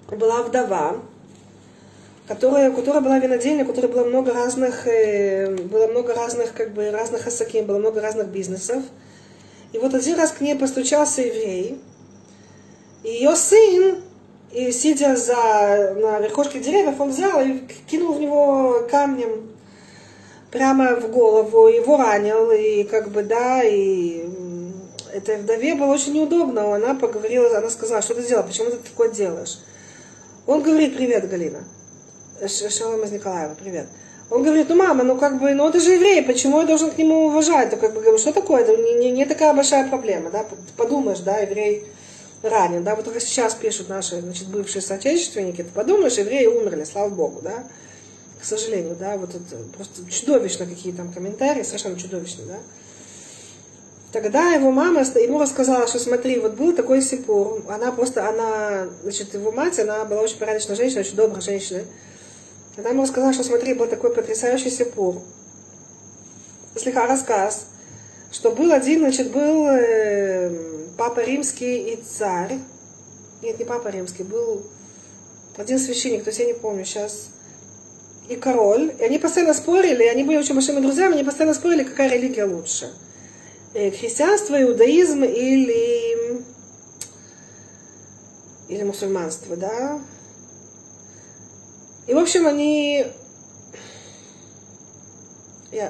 была вдова, которая, у которой была винодельня, у которой было много разных, было много разных, как бы, разных асаким, было много разных бизнесов. И вот один раз к ней постучался еврей, и ее сын, и сидя за, на верхушке деревьев, он взял и кинул в него камнем прямо в голову, его ранил, и как бы, да, и этой вдове было очень неудобно. Она поговорила, она сказала: что ты сделала, почему ты такое делаешь? Он говорит: привет, Галина. Шалом из Николаева, привет. Он говорит: ну, мама, ну как бы, ну он же еврей, почему я должен к нему уважать? То как бы, говорю, что такое? Это не, не, не такая большая проблема, да? Подумаешь, да, еврей ранен, да? Вот только сейчас пишут наши, значит, бывшие соотечественники, ты подумаешь, евреи умерли, слава Богу, да? К сожалению, да, вот это просто чудовищно, какие там комментарии, совершенно чудовищно, да? Тогда его мама ему рассказала, что смотри, вот был такой сипур, она просто, она, значит, его мать, она была очень порядочная женщина, очень добрая женщина. Она ему рассказала, что смотри, был такой потрясающий сипур. Слегка рассказ, что был один, значит, был э, папа римский и царь. Нет, не папа римский, был один священник, то есть я не помню сейчас. И король. И они постоянно спорили, они были очень большими друзьями, они постоянно спорили, какая религия лучше. Э, христианство, иудаизм или, или мусульманство, да. И, в общем, они... Я...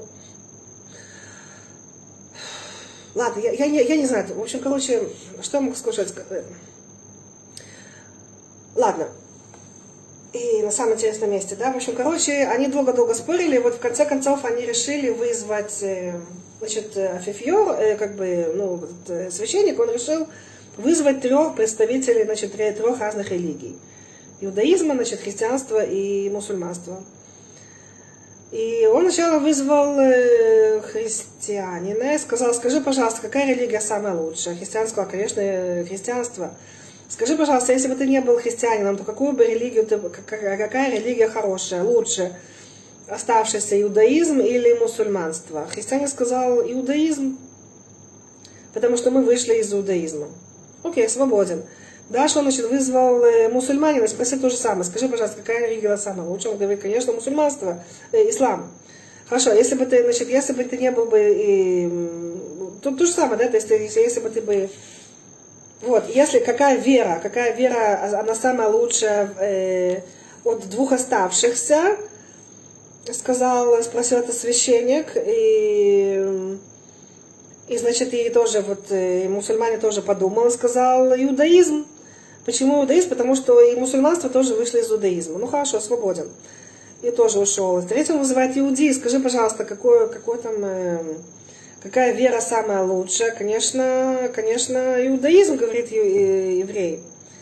Ладно, я, я, я не знаю. В общем, короче, что я могу сказать? Ладно. И на самом интересном месте, да? В общем, короче, они долго-долго спорили, и вот в конце концов они решили вызвать, значит, афифьор, как бы, ну, священник, он решил вызвать трех представителей, значит, трех разных религий. Иудаизма, значит, христианства и мусульманства. И он сначала вызвал христианина и сказал: скажи, пожалуйста, какая религия самая лучшая? Христиан сказал: конечно, христианство. Скажи, пожалуйста, если бы ты не был христианином, то какую бы религию ты, какая религия хорошая, лучше? Оставшийся иудаизм или мусульманство? Христианин сказал: иудаизм, потому что мы вышли из иудаизма. Окей, свободен. Дальше он, значит, вызвал э, мусульманина и спросил то же самое: скажи, пожалуйста, какая религия самая лучшая? Он говорит: конечно, мусульманство, э, ислам. Хорошо, если бы ты, значит, если бы ты не был бы, э, то, то же самое, да, то есть если, если бы ты бы, вот, если какая вера, какая вера, она самая лучшая э, от двух оставшихся, сказал, спросил это священник, и... И, значит, и тоже, вот, и мусульмане тоже подумал и сказал: иудаизм. Почему иудаизм? Потому что и мусульманство тоже вышло из иудаизма. Ну, хорошо, свободен. И тоже ушел. И третий он вызывает: иудей. Скажи, пожалуйста, какой, какой там, э, какая вера самая лучшая? Конечно, конечно, иудаизм, говорит еврей.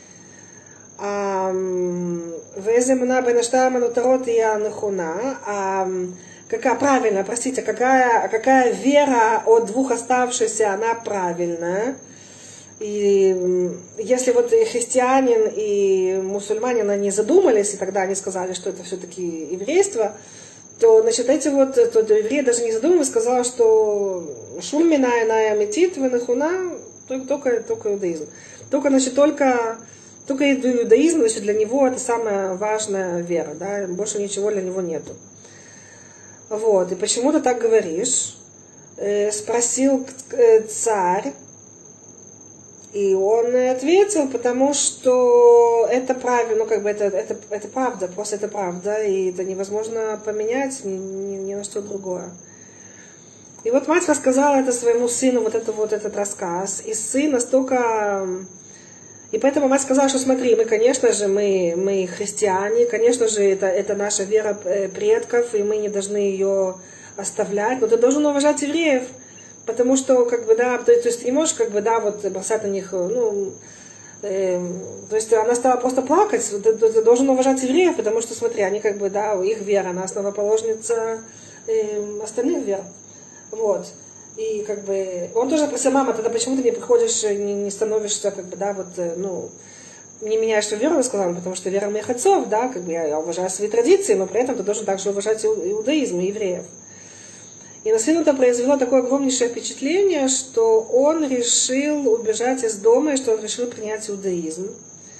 А веземна бенаштама нутарот и анахуна. А какая правильная, простите, какая, какая вера от двух оставшихся, она правильная. И если вот и христианин, и мусульманин, они задумались, и тогда они сказали, что это все-таки еврейство, то, значит, эти вот, то, то еврей даже не задумываясь, сказал, что шульмина, иная метит, венахуна, только, только иудаизм. Только, значит, только, только иудаизм, значит, для него это самая важная вера, да, больше ничего для него нету. Вот, и почему ты так говоришь? Э, спросил э, царь, и он ответил: потому что это правильно, ну как бы это, это, это правда, просто это правда, и это невозможно поменять ни, ни, ни на что другое. И вот мать рассказала это своему сыну, вот, это, вот этот рассказ, и сын настолько... И поэтому мать сказала, что смотри, мы, конечно же, мы, мы христиане, конечно же, это, это наша вера предков, и мы не должны ее оставлять, но ты должен уважать евреев, потому что, как бы, да, то, то есть ты не можешь, как бы, да, вот бросать на них, ну, э, то есть она стала просто плакать, ты, ты должен уважать евреев, потому что, смотри, они, как бы, да, их вера, она основоположница э, остальных вер, вот. И как бы он тоже спросил: мама, тогда почему ты не приходишь, не, не становишься, как бы, да, вот, ну, не меняешь свою веру, сказала, потому что вера моих отцов, да, как бы я, я уважаю свои традиции, но при этом ты должен также уважать иудаизм и евреев. И на сына это произвело такое огромнейшее впечатление, что он решил убежать из дома, и что он решил принять иудаизм.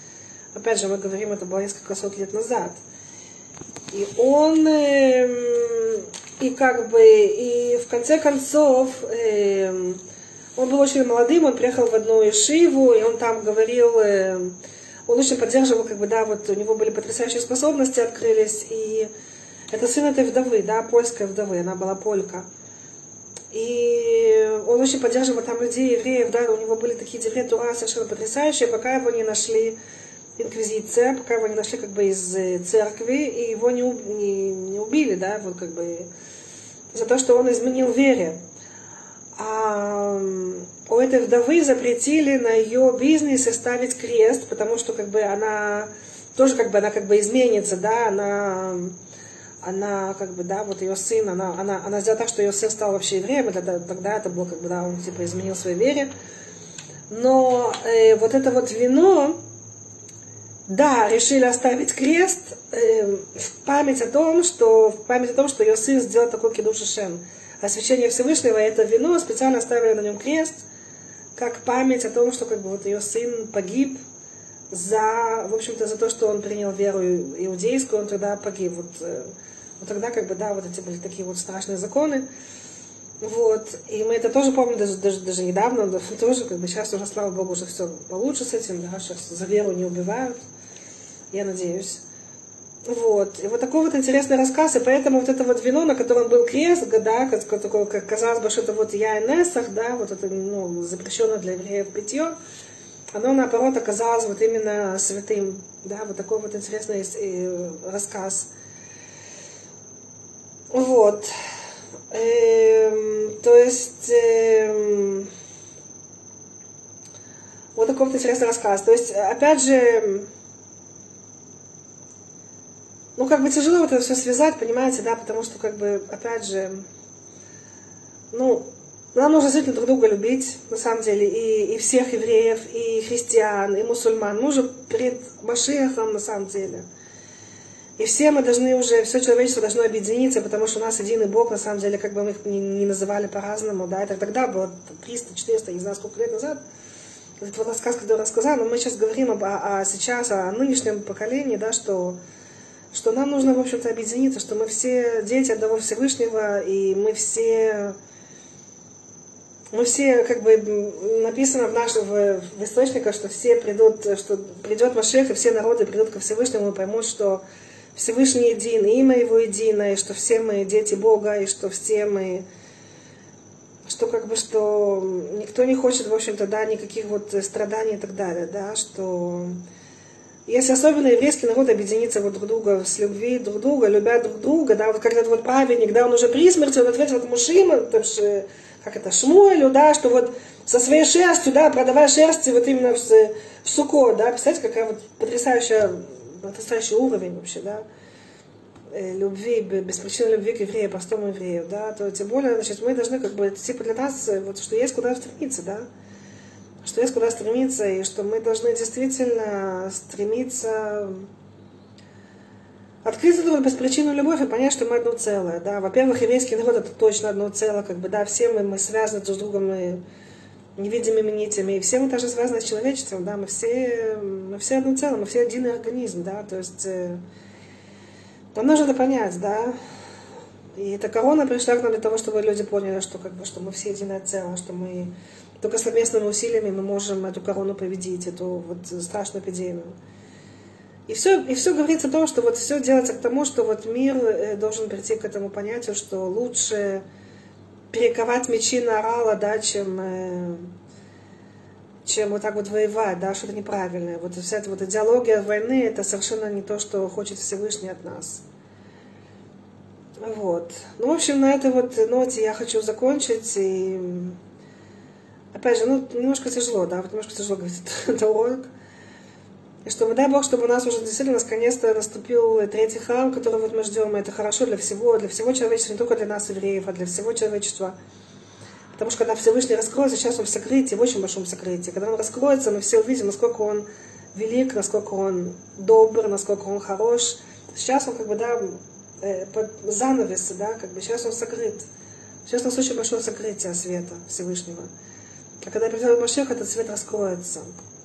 Опять же, мы говорим, это было несколько сот лет назад. И он, э, и как бы, и в конце концов, э, он был очень молодым, он приехал в одну ешиву, и он там говорил, э, он очень поддерживал, как бы, да, вот у него были потрясающие способности, открылись, и это сын этой вдовы, да, польской вдовы, она была полька. И он очень поддерживал там людей, евреев, да, у него были такие деврей Тура совершенно потрясающие, пока его не нашли инквизиция, пока его не нашли как бы из церкви, и его не, не, не убили, да, вот как бы за то, что он изменил вере. А у этой вдовы запретили на ее бизнесе ставить крест, потому что как бы она тоже как бы она как бы изменится, да, она она как бы, да, вот ее сын, она, она, она сделала так, что ее сын стал вообще евреем, и тогда, тогда это было как бы, да, он типа изменил своей вере. Но э, вот это вот вино, да, решили оставить крест э, в память о том, что в память о том, что ее сын сделал такой кидуш Ашем. Освящение Всевышнего, и это вино специально оставили на нем крест, как память о том, что как бы вот ее сын погиб за, в общем-то, за то, что он принял веру иудейскую, он тогда погиб. Вот, э, вот тогда как бы, да, вот эти были такие вот страшные законы. Вот. И мы это тоже помним даже, даже, даже недавно, да, тоже, как бы сейчас уже, слава Богу, уже все получше с этим, да, сейчас за веру не убивают, я надеюсь. Вот. И вот такой вот интересный рассказ, и поэтому вот это вот вино, на котором был крест, да, как, такое, как казалось бы, что это вот яйнесах, да, вот это, ну, запрещено для евреев питье, оно, наоборот, оказалось вот именно святым, да, вот такой вот интересный рассказ. Вот. Эм, то есть, эм, вот такой вот интересный рассказ. То есть, опять же, ну, как бы тяжело вот это все связать, понимаете, да, потому что, как бы, опять же, ну, нам нужно действительно друг друга любить, на самом деле, и, и всех евреев, и христиан, и мусульман. Мы уже перед Машиахом, на самом деле. И все мы должны уже, все человечество должно объединиться, потому что у нас единый Бог, на самом деле, как бы мы их ни, ни называли по-разному, да, это тогда было триста четыреста, не знаю, сколько лет назад, этот вот рассказ, который я рассказала, но мы сейчас говорим об, о, о сейчас, о нынешнем поколении, да, что, что нам нужно, в общем-то, объединиться, что мы все дети одного Всевышнего, и мы все, мы все, как бы, написано в наших, в, в источниках, что все придут, что придет Машиах, и все народы придут ко Всевышнему и поймут, что Всевышний един, и имя Его единое, и что все мы дети Бога, и что все мы, что как бы, что никто не хочет, в общем-то, да, никаких вот страданий и так далее, да, что если особенно еврейский народ объединится вот друг друга с любви друг друга, любя друг друга, да, вот как этот вот праведник, да, он уже при смерти, он ответил этому Шимону, как это, Шмуэлю, да, что вот со своей шерстью, да, продавая шерсти вот именно в, в Суко, да, представляете, какая вот потрясающая потрясающий уровень вообще, да, любви, беспричинной любви к еврею, простому еврею, да, то тем более, значит, мы должны, как бы, типа для нас, вот, что есть куда стремиться, да, что есть куда стремиться, и что мы должны действительно стремиться открыть эту беспричинную любовь и понять, что мы одно целое, да, во-первых, еврейский народ это точно одно целое, как бы, да, все мы, мы связаны друг с другом, мы невидимыми нитями, и все мы также связаны с человечеством, да, мы все, мы все одно целое, мы все единый организм, да, то есть э, нам нужно это понять, да, и эта корона пришла к нам для того, чтобы люди поняли, что, как бы, что мы все единое целое, что мы только совместными усилиями мы можем эту корону победить, эту вот страшную эпидемию. И все, и все говорится о том, что вот все делается к тому, что вот мир должен прийти к этому понятию, что лучше перековать мечи на орала, да, чем, чем вот так вот воевать, да, что-то неправильное. Вот вся эта вот идеология войны, это совершенно не то, что хочет Всевышний от нас. Вот. Ну, в общем, на этой вот ноте я хочу закончить. И опять же, ну, немножко тяжело, да, вот немножко тяжело говорить это урок. И чтобы, дай Бог, чтобы у нас уже действительно наконец-то наступил третий храм, который вот мы ждем, и это хорошо для всего, для всего человечества, не только для нас, евреев, а для всего человечества. Потому что когда Всевышний раскроется, сейчас он в сокрытии, в очень большом сокрытии. Когда он раскроется, мы все увидим, насколько он велик, насколько он добр, насколько он хорош. Сейчас он как бы, да, под занавес, да, как бы сейчас он сокрыт. Сейчас у нас очень большое сокрытие света Всевышнего. А когда придет Машиах, этот свет раскроется.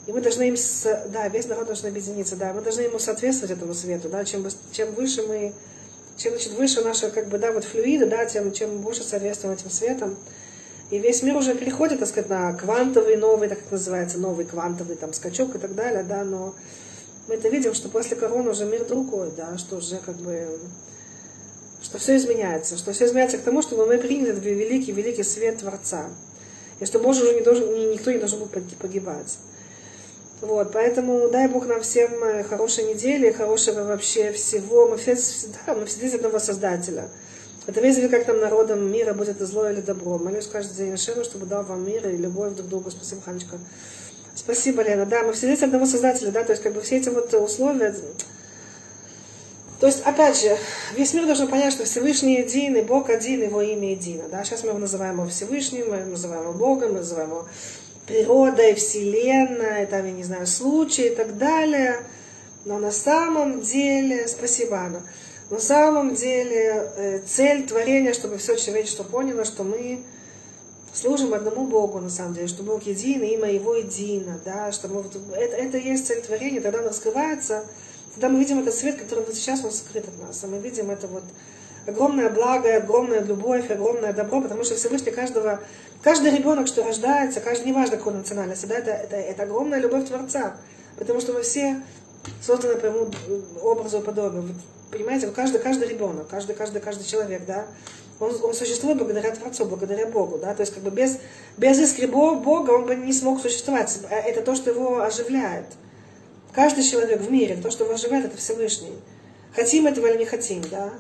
И мы должны им, да, весь народ должен объединиться, да, мы должны ему соответствовать этому свету, да, чем, чем выше мы, чем, значит, выше наши, как бы, да, вот флюиды, да, тем, чем больше соответствуем этим светом. И весь мир уже переходит, так сказать, на квантовый новый, так как называется, новый квантовый там скачок и так далее, да, но мы это видим, что после короны уже мир другой, да, что уже как бы, что все изменяется, что все изменяется к тому, чтобы мы приняли этот великий, великий свет Творца. И что Боже уже не должен, никто не должен был погибать. Вот, поэтому дай Бог нам всем хорошей недели, хорошего вообще всего. Мы все, да, мы все дети одного Создателя. Это видели, как нам народом мира будет и зло или добро. Молюсь каждый день Ашему, чтобы дал вам мир и любовь друг к другу. Спасибо, Ханечка. Спасибо, Лена. Да, мы все дети одного Создателя, да, то есть как бы все эти вот условия. То есть, опять же, весь мир должен понять, что Всевышний един, и Бог один, его имя едино. Да? Сейчас мы его называем его Всевышним, мы называем его Богом, мы называем его природой, Вселенной, там, я не знаю, случай и так далее. Но на самом деле, спасибо, Анна, на самом деле цель творения, чтобы все человечество поняло, что мы служим одному Богу, на самом деле, что Бог един, и имя Его едино, да, что мы, это, это и есть цель творения, тогда он раскрывается, тогда мы видим этот свет, который вот сейчас он скрыт от нас, а мы видим это вот огромное благо, огромная любовь, огромное добро, потому что Всевышний каждого, каждый ребенок, что рождается, каждый, неважно какой национальности, да, это, это, это огромная любовь Творца, потому что мы все созданы по Ему образу и подобию. Вот, понимаете, каждый, каждый ребенок, каждый, каждый, каждый человек, да, он, он существует благодаря Творцу, благодаря Богу, да, то есть как бы без, без искры Бога он бы не смог существовать, это то, что его оживляет. Каждый человек в мире, то, что его оживляет, это Всевышний. Хотим этого или не хотим, да.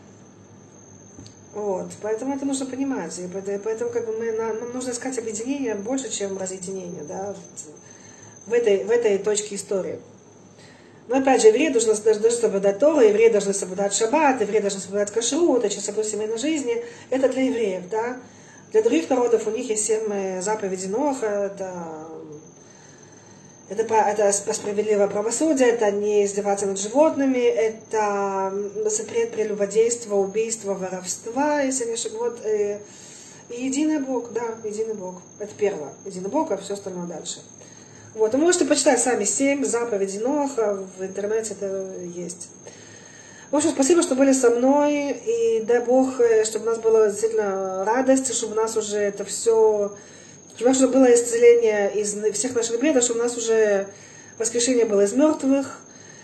Вот, поэтому это нужно понимать, и поэтому как бы мы, нам нужно искать объединение больше, чем разъединение, да, в этой, в этой точке истории. Но опять же, евреи должны, должны соблюдать Тору, евреи должны соблюдать шаббат, евреи должны соблюдать кашрут, это чистоту семейной жизни. Это для евреев, да. Для других народов у них есть семь заповедей Ноха, это, это, это справедливое правосудие, это не издеваться над животными, это запрет прелюбодейства, убийства, воровства, если не ошибаюсь. Вот, и, и единый Бог, да, единый Бог. Это первое, единый Бог, а все остальное дальше. Вот, вы можете почитать сами семь заповедей Ноха, в интернете это есть. В общем, спасибо, что были со мной, и дай Бог, чтобы у нас была действительно радость, чтобы у нас уже это все, чтобы у нас уже было исцеление из всех наших бед, чтобы у нас уже воскрешение было из мертвых.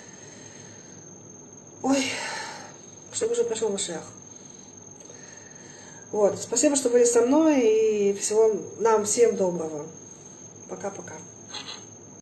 Ой, чтобы уже пришел Машиах. Вот, спасибо, что были со мной, и всего нам всем доброго. Пока-пока.